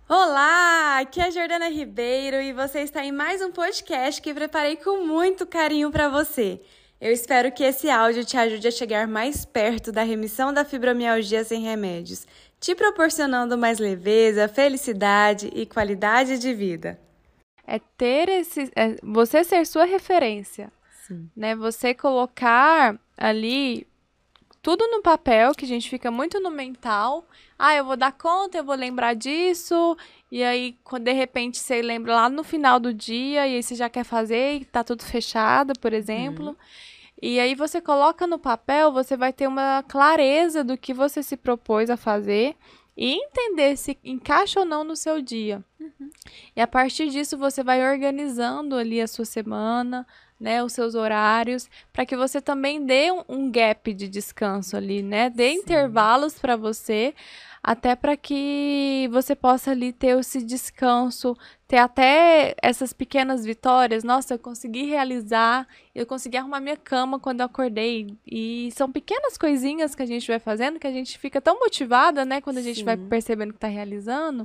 Olá, aqui é a Jordana Ribeiro e você está em mais um podcast que preparei com muito carinho para você. Eu espero que esse áudio te ajude a chegar mais perto da remissão da fibromialgia sem remédios, te proporcionando mais leveza, felicidade e qualidade de vida. Você ser sua referência, Sim. né? Você colocar ali tudo no papel, que a gente fica muito no mental. Eu vou dar conta, eu vou lembrar disso. E aí, quando de repente você lembra lá no final do dia, e aí você já quer fazer e tá tudo fechado, por exemplo. E aí você coloca no papel, você vai ter uma clareza do que você se propôs a fazer e entender se encaixa ou não no seu dia. E a partir disso você vai organizando ali a sua semana, né, os seus horários, para que você também dê um gap de descanso ali, né? Dê intervalos para você, até para que você possa ali ter esse descanso, ter até essas pequenas vitórias. Nossa, eu consegui realizar, eu consegui arrumar minha cama quando eu acordei. E são pequenas coisinhas que a gente vai fazendo que a gente fica tão motivada, né, quando a gente vai Sim. percebendo que está realizando.